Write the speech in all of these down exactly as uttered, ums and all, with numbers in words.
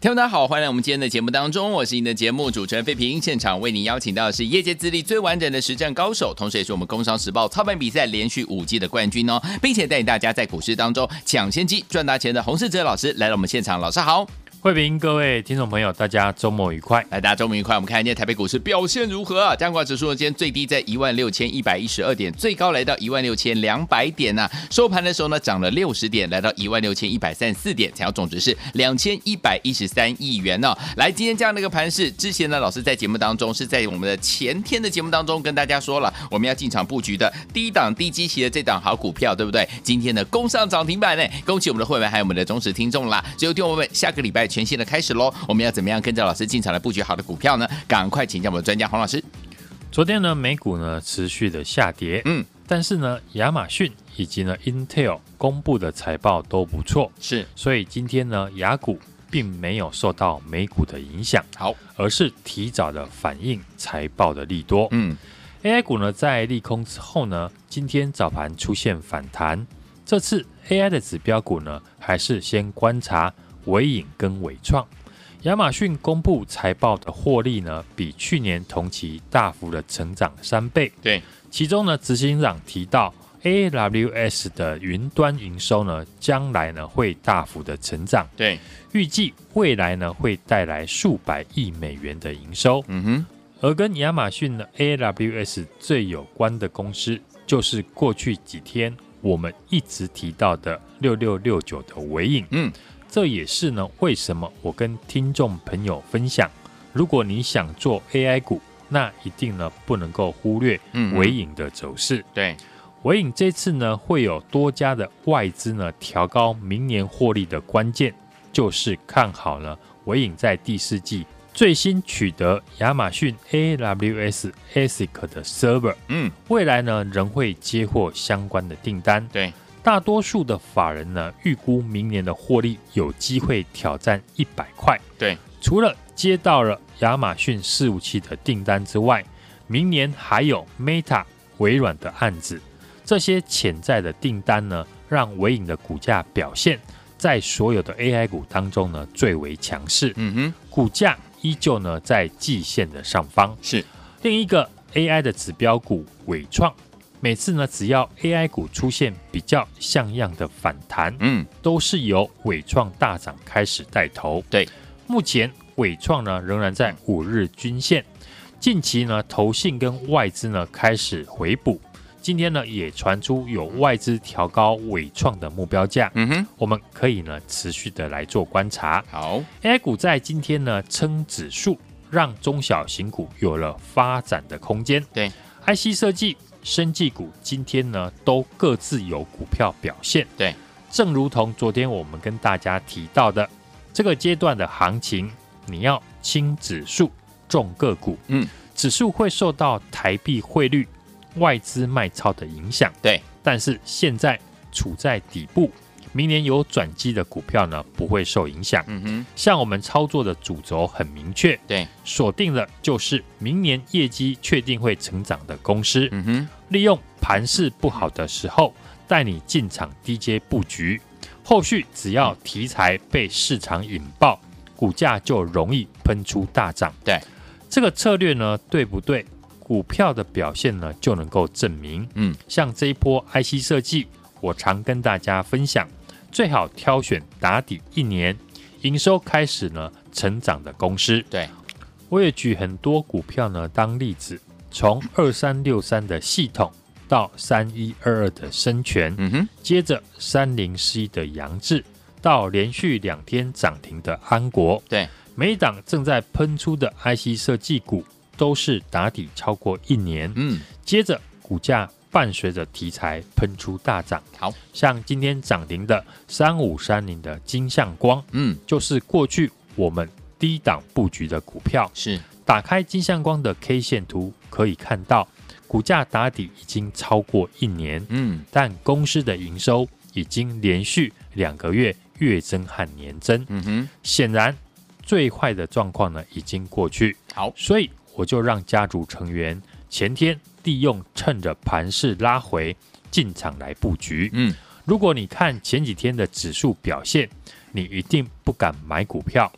听众大家好，欢迎来我们今天的节目当中，我是您的节目主持人费平。现场为您邀请到的是业界资历最完整的实战高手，同时也是我们工商时报操盘比赛连续五季的冠军哦，并且带领大家在股市当中抢先机赚大钱的洪士哲老师来到我们现场。老师好。 慧平，各位听众朋友，大家周末愉快！ 来，大家周末愉快。我们看今天台北股市表现如何啊？加权指数今天最低在一万六千一百一十二点，最高来到一万六千两百点啊。收盘的时候呢，涨了六十点，来到一万六千一百三十四点，成交总值是两千一百一十三亿元哦。来，今天这样的一个盘势，之前呢，老师在节目当中是在我们的前天的节目当中跟大家说了，我们要进场布局的低档低基期的这档好股票，对不对？今天呢，攻上涨停板呢，恭喜我们的会员还有我们的忠实听众啦！所以，听我们下个礼拜全新的开始喽。我们要怎么样跟着老师进场来布局好的股票呢？赶快请教我们的专家黄老师。 昨天呢，美股呢持续的下跌，嗯，但是呢，亚马逊以及呢 Intel 公布的财报都不错， 是， 所以今天呢，亚股并没有受到美股的影响， 好， 而是提早的反映财报的利多。嗯 ，A I 股呢在利空之后呢，今天早盘出现反弹，这次 A I 的指标股呢，还是先观察伟影跟伟创。亚马逊公布财报的获利呢，比去年同期大幅的成长三倍。 对， 其中呢，执行长提到 A W S 的云端营收呢，将来呢会大幅的成长。 对， 预计未来呢会带来数百亿美元的营收。嗯哼，而跟亚马逊呢 A W S 最有关的公司，就是过去几天我们一直提到的六六六九的伟影。嗯。这也是呢，为什么我跟听众朋友分享，如果你想做 A I 股，那一定呢不能够忽略伟影的走势。嗯、 对， 伟影这次呢会有多家的外资呢调高明年获利的关键，就是看好了伟影在第四季最新取得亚马逊 A W S A S I C 的 server， 嗯，未来呢仍会接获相关的订单。 对。 大多数的法人呢，预估明年的获利有机会挑战一百块。 对， 除了接到了亚马逊伺服器的订单之外，明年还有 Meta 微软的案子，这些潜在的订单呢，让伟影的股价表现在所有的 A I 股当中呢最为强势。嗯哼，股价依旧呢在季线的上方。 是另一个 A I 的指标股伟创。每次呢，只要 A I 股出现比较像样的反弹，嗯，都是由伟创大涨开始带头。 对， 目前伟创呢仍然在五日均线，近期呢投信跟外资呢开始回补，今天呢也传出有外资调高伟创的目标价，嗯哼，我们可以呢持续的来做观察。 好 ，A I 股在今天呢撑指数，让中小型股有了发展的空间。 对 ，I C 设计。生技股今天呢都各自有股票表现， 对， 正如同昨天我们跟大家提到的，这个阶段的行情，你要轻指数重个股，嗯，指数会受到台币汇率、外资卖超的影响， 对， 但是现在处在底部，明年有转机的股票呢不会受影响。嗯哼，像我们操作的主轴很明确， 对， 锁定的就是明年业绩确定会成长的公司。嗯哼，利用盘势不好的时候带你进场低阶布局，后续只要题材被市场引爆，股价就容易喷出大涨。 对， 这个策略呢对不对？股票的表现呢就能够证明。嗯，像这一波 I C 设计，我常跟大家分享。最好挑选打底一年营收开始呢成长的公司。 对， 我也举很多股票呢当例子，从二三六三的系统到三一二二的深全，嗯哼，接着三零四一的扬智，到连续两天涨停的安国。 对， 每一档正在喷出的 I C 设计股都是打底超过一年，嗯，接着股价伴随着题材喷出大涨， 好像今天涨停的三五三零的金相光，嗯，就是过去我们低档布局的股票。 是， 打开金相光的 K 线图，可以看到股价打底已经超过一年，嗯，但公司的营收已经连续两个月月增和年增，嗯哼，显然最坏的状况呢已经过去。 好， 所以我就让家族成员前天利用趁着盘势拉回进场来布局。嗯，如果你看前几天的指数表现，你一定不敢买股票。 对，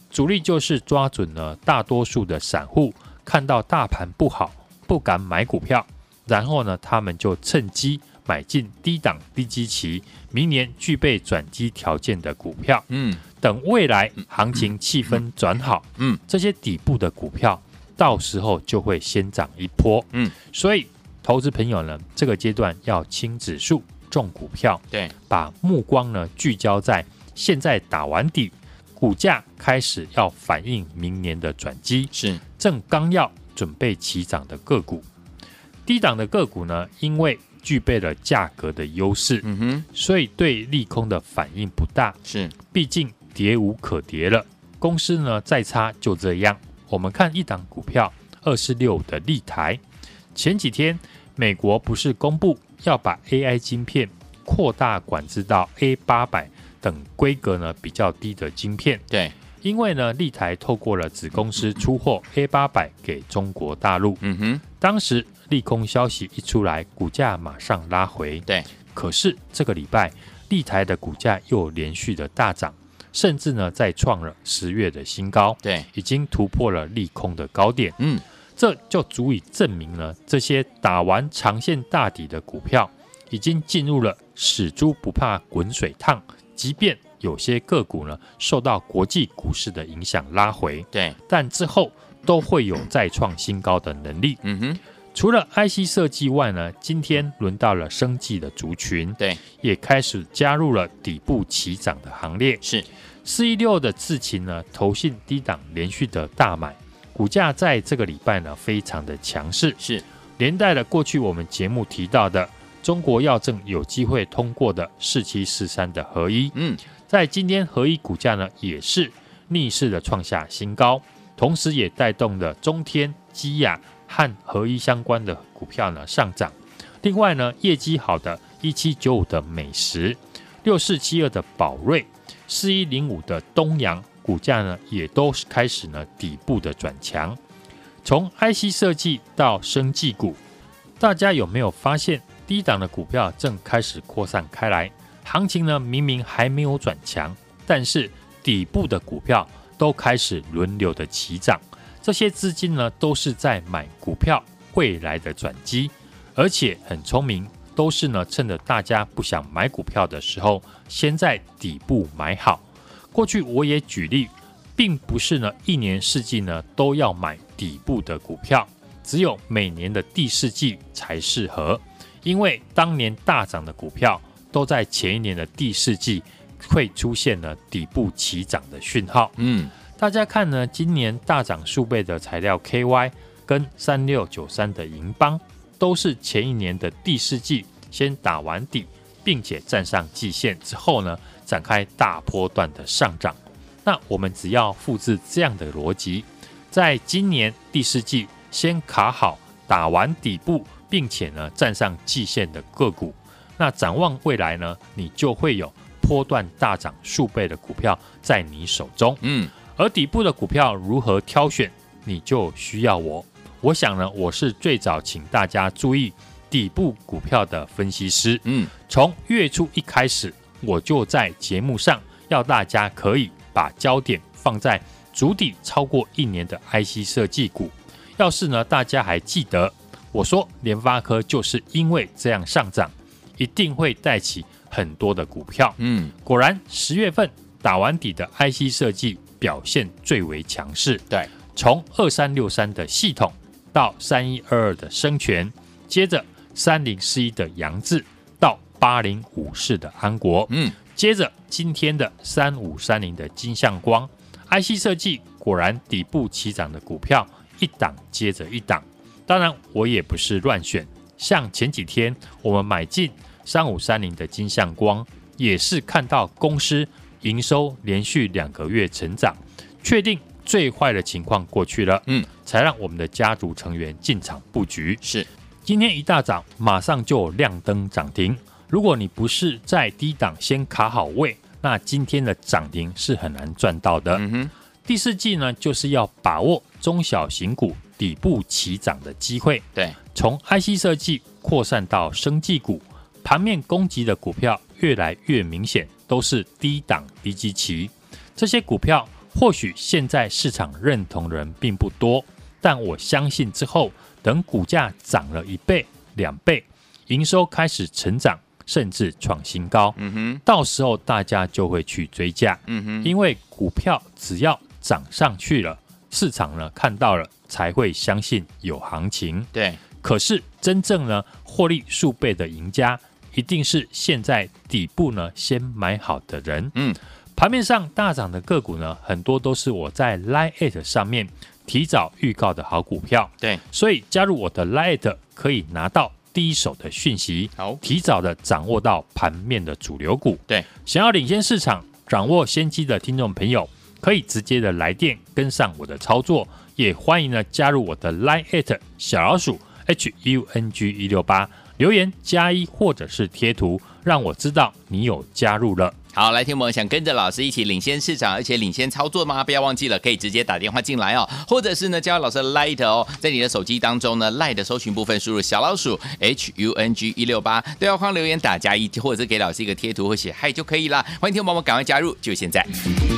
主力就是抓准了大多数的散户看到大盘不好，不敢买股票，然后呢，他们就趁机买进低档低基期，明年具备转机条件的股票。嗯，等未来行情气氛转好，嗯，这些底部的股票到时候就会先涨一波。嗯，所以投资朋友呢，这个阶段要轻指数重股票， 对， 把目光呢聚焦在现在打完底，股价开始要反映明年的转机， 是正刚要准备起涨的个股。低档的个股呢，因为具备了价格的优势，嗯哼，所以对利空的反应不大。 是， 毕竟跌无可跌了，公司呢再差就这样。我们看一档股票二四六的立台，前几天美国不是公布要把 A I 晶片扩大管制到 A 八百 等规格呢比较低的晶片。 对， 因为呢立台透过了子公司出货 A 八百 给中国大陆。嗯哼，当时利空消息一出来，股价马上拉回。 对， 可是这个礼拜立台的股价又连续的大涨，甚至呢再创了十月的新高。 对， 已经突破了利空的高点。 嗯， 这就足以证明了这些打完长线大底的股票已经进入了死猪不怕滚水烫，即便有些个股呢受到国际股市的影响拉回， 对， 但之后都会有再创新高的能力。 嗯哼， 除了 I C 设计外呢，今天轮到了生技的族群， 对， 也开始加入了底部起涨的行列。 是四一六的智勤呢，投信低档连续的大买，股价在这个礼拜呢非常的强势， 是连带了过去我们节目提到的中国药证有机会通过的四七四三的合一。嗯，在今天合一股价呢也是逆势的创下新高，同时也带动了中天、基亚和合一相关的股票呢上涨。另外呢，业绩好的一七九五的美食、六四七二的宝瑞、四一零五的东阳股价呢也都开始呢底部的转强。从 I C 设计到生技股，大家有没有发现低档的股票正开始扩散开来？行情呢明明还没有转强，但是底部的股票都开始轮流的起涨。这些资金呢都是在买股票未来的转机，而且很聪明，都是呢趁着大家不想买股票的时候，先在底部买好。过去我也举例，并不是呢一年四季呢都要买底部的股票，只有每年的第四季才适合，因为当年大涨的股票都在前一年的第四季会出现了底部起涨的讯号。嗯，大家看呢，今年大涨数倍的材料 K Y 跟三六九三的银邦，都是前一年的第四季先打完底，并且站上季线之后呢，展开大波段的上涨。那我们只要复制这样的逻辑，在今年第四季先卡好打完底部，并且呢站上季线的个股，那展望未来呢，你就会有波段大涨数倍的股票在你手中。嗯，而底部的股票如何挑选，你就需要我。我想呢，我是最早请大家注意底部股票的分析师。嗯，从月初一开始，我就在节目上要大家可以把焦点放在筑底超过一年的 I C 设计股。要是呢大家还记得，我说联发科就是因为这样上涨，一定会带起很多的股票。嗯，果然十月份打完底的 I C 设计表现最为强势。对，从二三六三的系统到三一二二的生全，接着三零四一的扬智到八零五四的安国。嗯，接着今天的三五三零的金相光 I C 设计，果然底部起涨的股票一档接着一档。当然我也不是乱选，像前几天我们买进三五三零的金相光，也是看到公司营收连续两个月成长，确定最坏的情况过去了，嗯，才让我们的家族成员进场布局。是，今天一大早马上就亮灯涨停。如果你不是在低档先卡好位，那今天的涨停是很难赚到的。嗯哼，第四季呢，就是要把握中小型股底部起涨的机会。对，从 I C 设计扩散到生技股，盘面攻击的股票越来越明显，都是低档低基期。这些股票或许现在市场认同的人并不多，但我相信之后等股价涨了一倍、两倍，营收开始成长，甚至创新高，嗯哼，到时候大家就会去追价，嗯哼，因为股票只要涨上去了，市场呢看到了才会相信有行情。 对， 可是真正呢获利数倍的赢家，一定是现在底部呢先买好的人。嗯，盘面上大涨的个股呢，很多都是我在 Line 上面提早预告的好股票。 对， 所以加入我的 Line 可以拿到第一手的讯息，好，提早的掌握到盘面的主流股。 对， 想要领先市场、掌握先机的听众朋友，可以直接的来电跟上我的操作，也欢迎呢加入我的 Line 小老鼠 H U N G 一六八，留言加一或者是贴图，让我知道你有加入了。 好，来，听我们想跟着老师一起领先市场，而且领先操作吗？不要忘记了，可以直接打电话进来哦，或者是呢加入老师的 Light 哦，在你的手机当中呢 Light 的搜寻部分输入小老鼠 H U N G 一六八，对话框留言打加一，或者是给老师一个贴图或写嗨就可以了。欢迎听众朋友们赶快加入，就现在。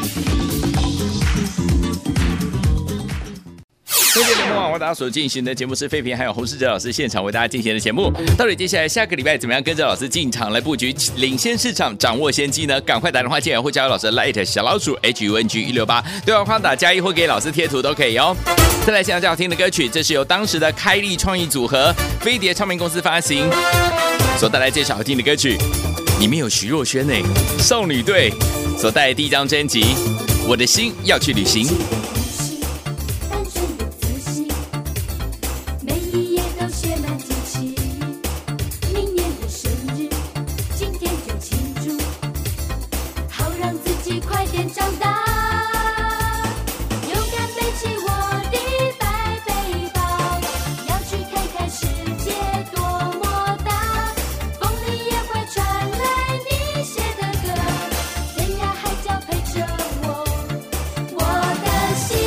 飞碟联盟网为大家所进行的节目是废品，还有洪世哲老师现场为大家进行的节目。到底接下来下个礼拜怎么样跟着老师进场来布局领先市场，掌握先机呢？赶快打电话进来或加入老师的 Light 小老鼠 H U N G 一六八，对话框打加一或给老师贴图都可以哦。再来想最好听的歌曲，这是由当时的开立创意组合飞碟唱片公司发行所带来这首好听的歌曲，里面有徐若瑄诶，少女队所带来的第一张专辑《我的心要去旅行》。 我的心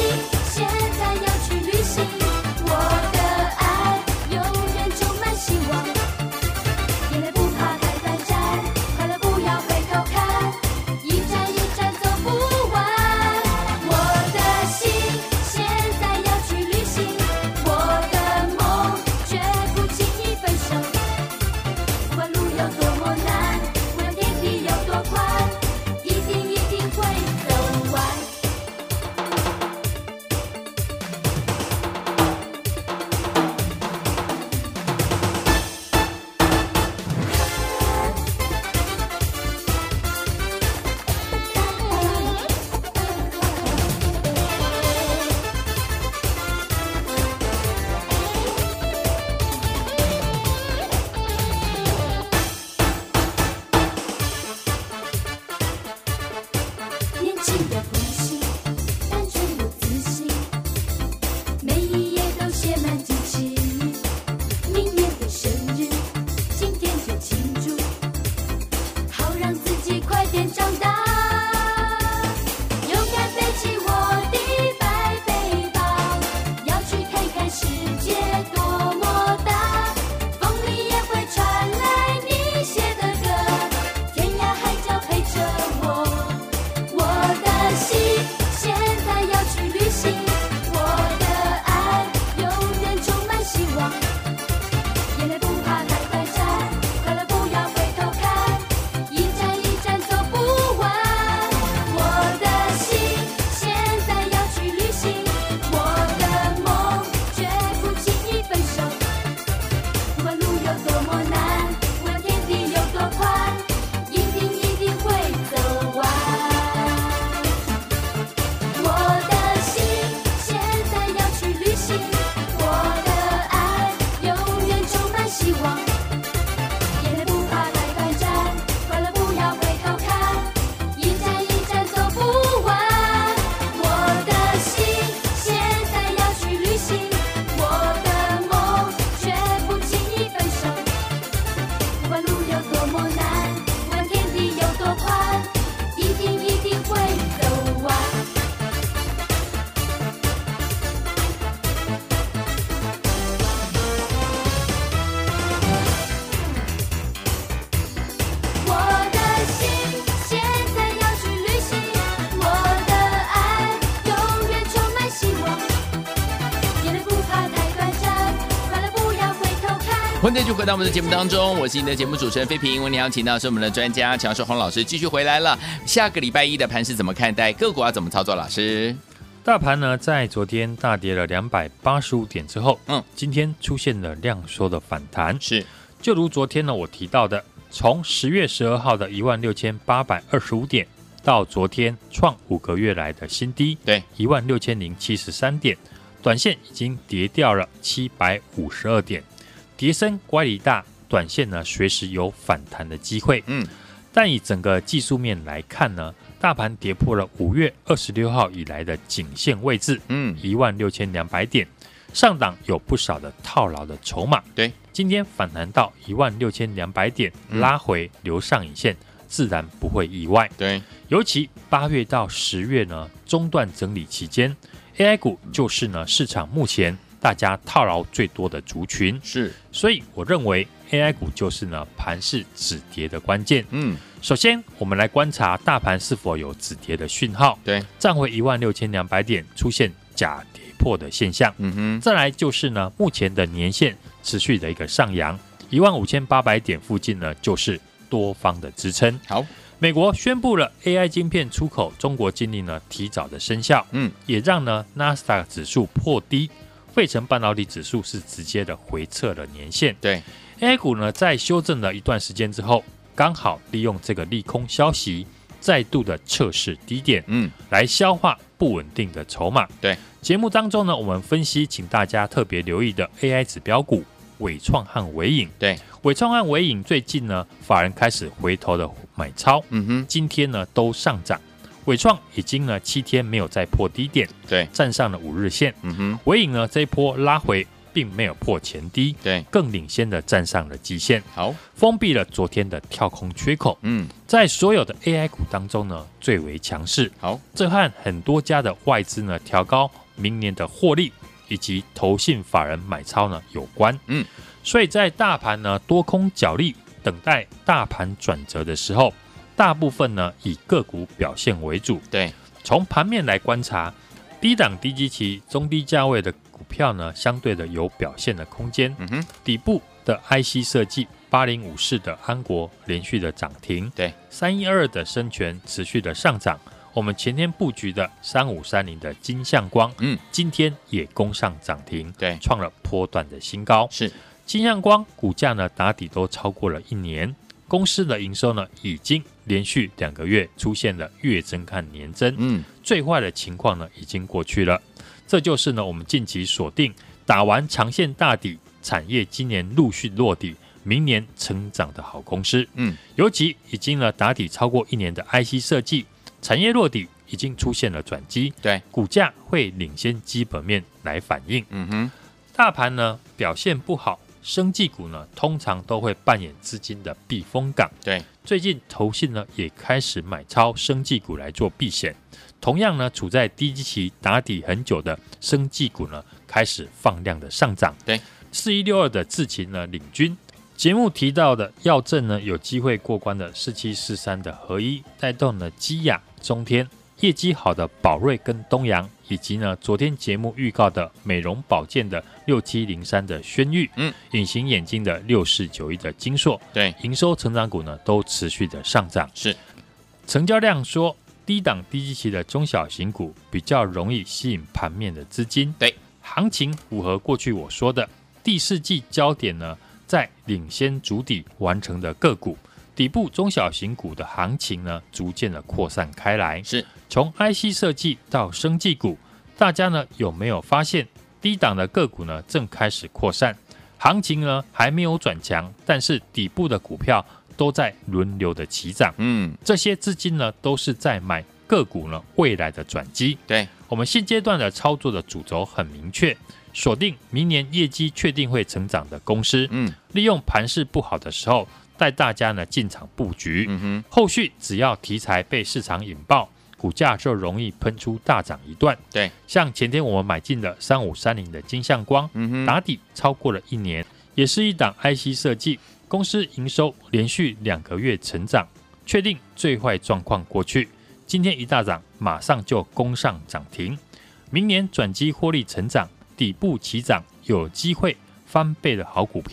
欢迎继续回到我们的节目当中，我是你的节目主持人飞平。为您邀请到是我们的专家强硕洪老师继续回来了。下个礼拜一的盘势怎么看待？个股要怎么操作？老师， 大盘呢在昨天大跌了两百八十五点之后， 嗯， 今天出现了量缩的反弹， 是就如昨天呢我提到的，从十月十二号的一万六千八百二十五点。到昨天创五个月来的新低， 对， 一万六千零七十三点，短线已经跌掉了七百五十二点，跌深乖离大，短线呢随时有反弹的机会。 嗯， 但以整个技术面来看呢，大盘跌破了五月二十六号以来的颈线位置，嗯，一万六千两百点，上档有不少的套牢的筹码。 对， 今天反弹到一万六千两百点，拉回留上影线。自然不会意外， 对， 尤其八月到十月呢，中段整理期间 ，A I 股就是呢市场目前大家套牢最多的族群， 是， 所以我认为 A I 股就是呢盘势止跌的关键。 嗯， 首先我们来观察大盘是否有止跌的讯号， 对， 站回一万六千两百点出现假跌破的现象， 嗯哼， 再来就是呢目前的年线持续的一个上扬，一万五千八百点附近呢就是多方的支撑。 好， 美国宣布了 A I 晶片出口中国禁令呢提早的生效，嗯，也让呢纳斯达克指数破低，费城半导体指数是直接的回撤了年线。 对 ，A I 股呢在修正了一段时间之后，刚好利用这个利空消息，再度的测试低点，嗯，来消化不稳定的筹码。 对， 节目当中呢，我们分析，请大家特别留意的 A I 指标股。伟创和伟影， 对， 伟创和伟影最近呢，法人开始回头的买超， 嗯哼， 今天呢都上涨，伟创已经呢七天没有再破低点， 对， 站上了五日线， 嗯哼， 伟影呢这一波拉回，并没有破前低， 对， 更领先的站上了季线， 好， 封闭了昨天的跳空缺口，嗯，在所有的 A I 股当中呢最为强势， 好， 这和很多家的外资呢调高明年的获利。以及投信法人买超呢有关，嗯，所以在大盘呢多空角力，等待大盘转折的时候，大部分呢以个股表现为主。 对， 从盘面来观察，低档低基期、中低价位的股票呢，相对的有表现的空间。嗯哼，底部的 I C 设计八零五四的安国连续的涨停， 对， 三一二的深全持续的上涨。我们前天布局的三五三零的金相光，嗯，今天也攻上涨停， 对， 创了波段的新高。 是金相光股价呢打底都超过了一年，公司的营收呢已经连续两个月出现了月增和年增，嗯，最坏的情况呢已经过去了。这就是呢我们近期锁定打完长线大底，产业今年陆续落底，明年成长的好公司。嗯，尤其已经呢打底超过一年的 I C 设计。产业落底已经出现了转机， 对， 股价会领先基本面来反映。嗯哼，大盘呢表现不好，生技股呢通常都会扮演资金的避风港。 对， 最近投信呢也开始买超生技股来做避险。同样呢，处在低基期打底很久的生技股呢开始放量的上涨。 对， 四一六二的智勤呢领军。节目提到的药证呢有机会过关的四七四三的合一，带动了基亚、中天业绩好的宝瑞跟东阳，以及呢昨天节目预告的美容保健的六七零三的轩玉，嗯，隐形眼镜的六四九一的晶硕， 对， 营收成长股呢都持续的上涨。 是， 成交量说低档低基期的中小型股比较容易吸引盘面的资金， 对， 行情符合过去我说的第四季焦点呢。在领先筑底完成的个股，底部中小型股的行情呢，逐渐的扩散开来。 是， 从 I C 设计到生技股，大家呢有没有发现低档的个股呢正开始扩散，行情呢还没有转强，但是底部的股票都在轮流的起涨。嗯，这些资金呢都是在买个股呢未来的转机。 对， 我们现阶段的操作的主轴很明确。锁定明年业绩确定会成长的公司，嗯，利用盘势不好的时候，带大家呢进场布局，嗯哼，后续只要题材被市场引爆，股价就容易喷出大涨一段。 对， 像前天我们买进的三五三零的金相光，嗯哼，打底超过了一年，也是一档 I C 设计，公司营收连续两个月成长，确定最坏状况过去，今天一大涨，马上就攻上涨停，明年转机获利成长。底部起涨有机会翻倍的好股票，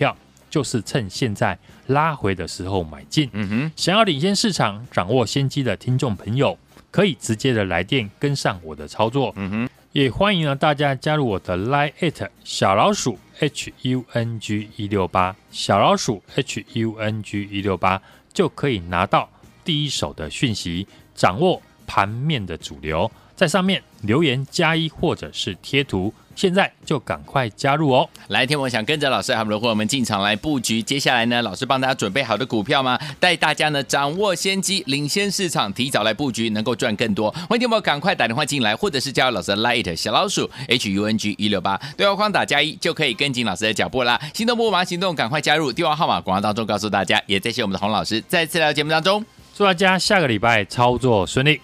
就是趁现在拉回的时候买进。 嗯哼， 想要领先市场、掌握先机的听众朋友，可以直接的来电跟上我的操作。 嗯哼， 也欢迎呢大家加入我的 Line at 小老鼠 H U N G 一六八，小老鼠 H U N G 一六八，就可以拿到第一手的讯息，掌握盘面的主流，在上面留言加一或者是贴图，现在就赶快加入哦！ 来，天我想跟着老师还有我们进场来布局，接下来呢，老师帮大家准备好的股票吗？带大家呢掌握先机，领先市场，提早来布局，能够赚更多。欢迎天我赶快打电话进来，或者是加入老师的 Light 小老鼠 H U N G 一六八，对话框打加一就可以跟紧老师的脚步啦。心动不忙行动，赶快加入，电话号码广告当中告诉大家。也谢谢我们的洪老师再次来到节目当中， 祝大家下个礼拜操作顺利。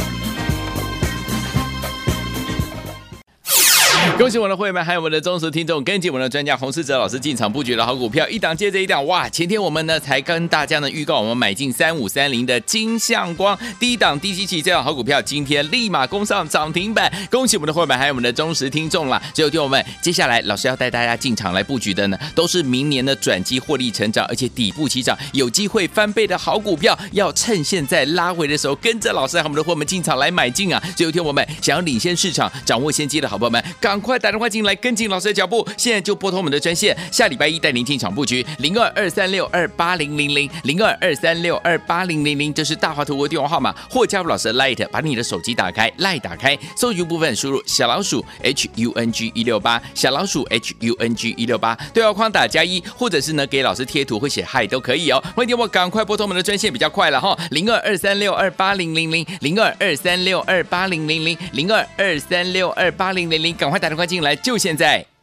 恭喜我们的会员们，还有我们的忠实听众，跟紧我们的专家洪士哲老师进场布局的好股票，一档接着一档。哇，前天我们呢才跟大家呢预告，我们买进三五三零的金相光，第一档低基期这样好股票，今天立马攻上涨停板。恭喜我们的会员们，还有我们的忠实听众啦。所以听我们接下来老师要带大家进场来布局的呢，都是明年的转机获利成长，而且底部起涨，有机会翻倍的好股票，要趁现在拉回的时候，跟着老师和我们的会员们进场来买进啊。所以听我们想要领先市场，掌握先机的好朋友们，赶快打电话进来跟进老师的脚步，现在就拨通我们的专线，下礼拜一带您进场布局零二二三六二八零零零零二二三六二八零零零，这是大华图的电话号码，或加入老师的 Light， 把你的手机打开 Light 打开，搜寻部分输入小老鼠 H U N G 一六八，小老鼠 H U N G 一六八，对话框打加一，或者是呢给老师贴图会写嗨都可以哦。欢迎电话赶快拨通我们的专线，比较快了哈，零二二三六二八零零零零二二三六二八零零零零二二三六二八零零零，赶快打电话进来。就现在。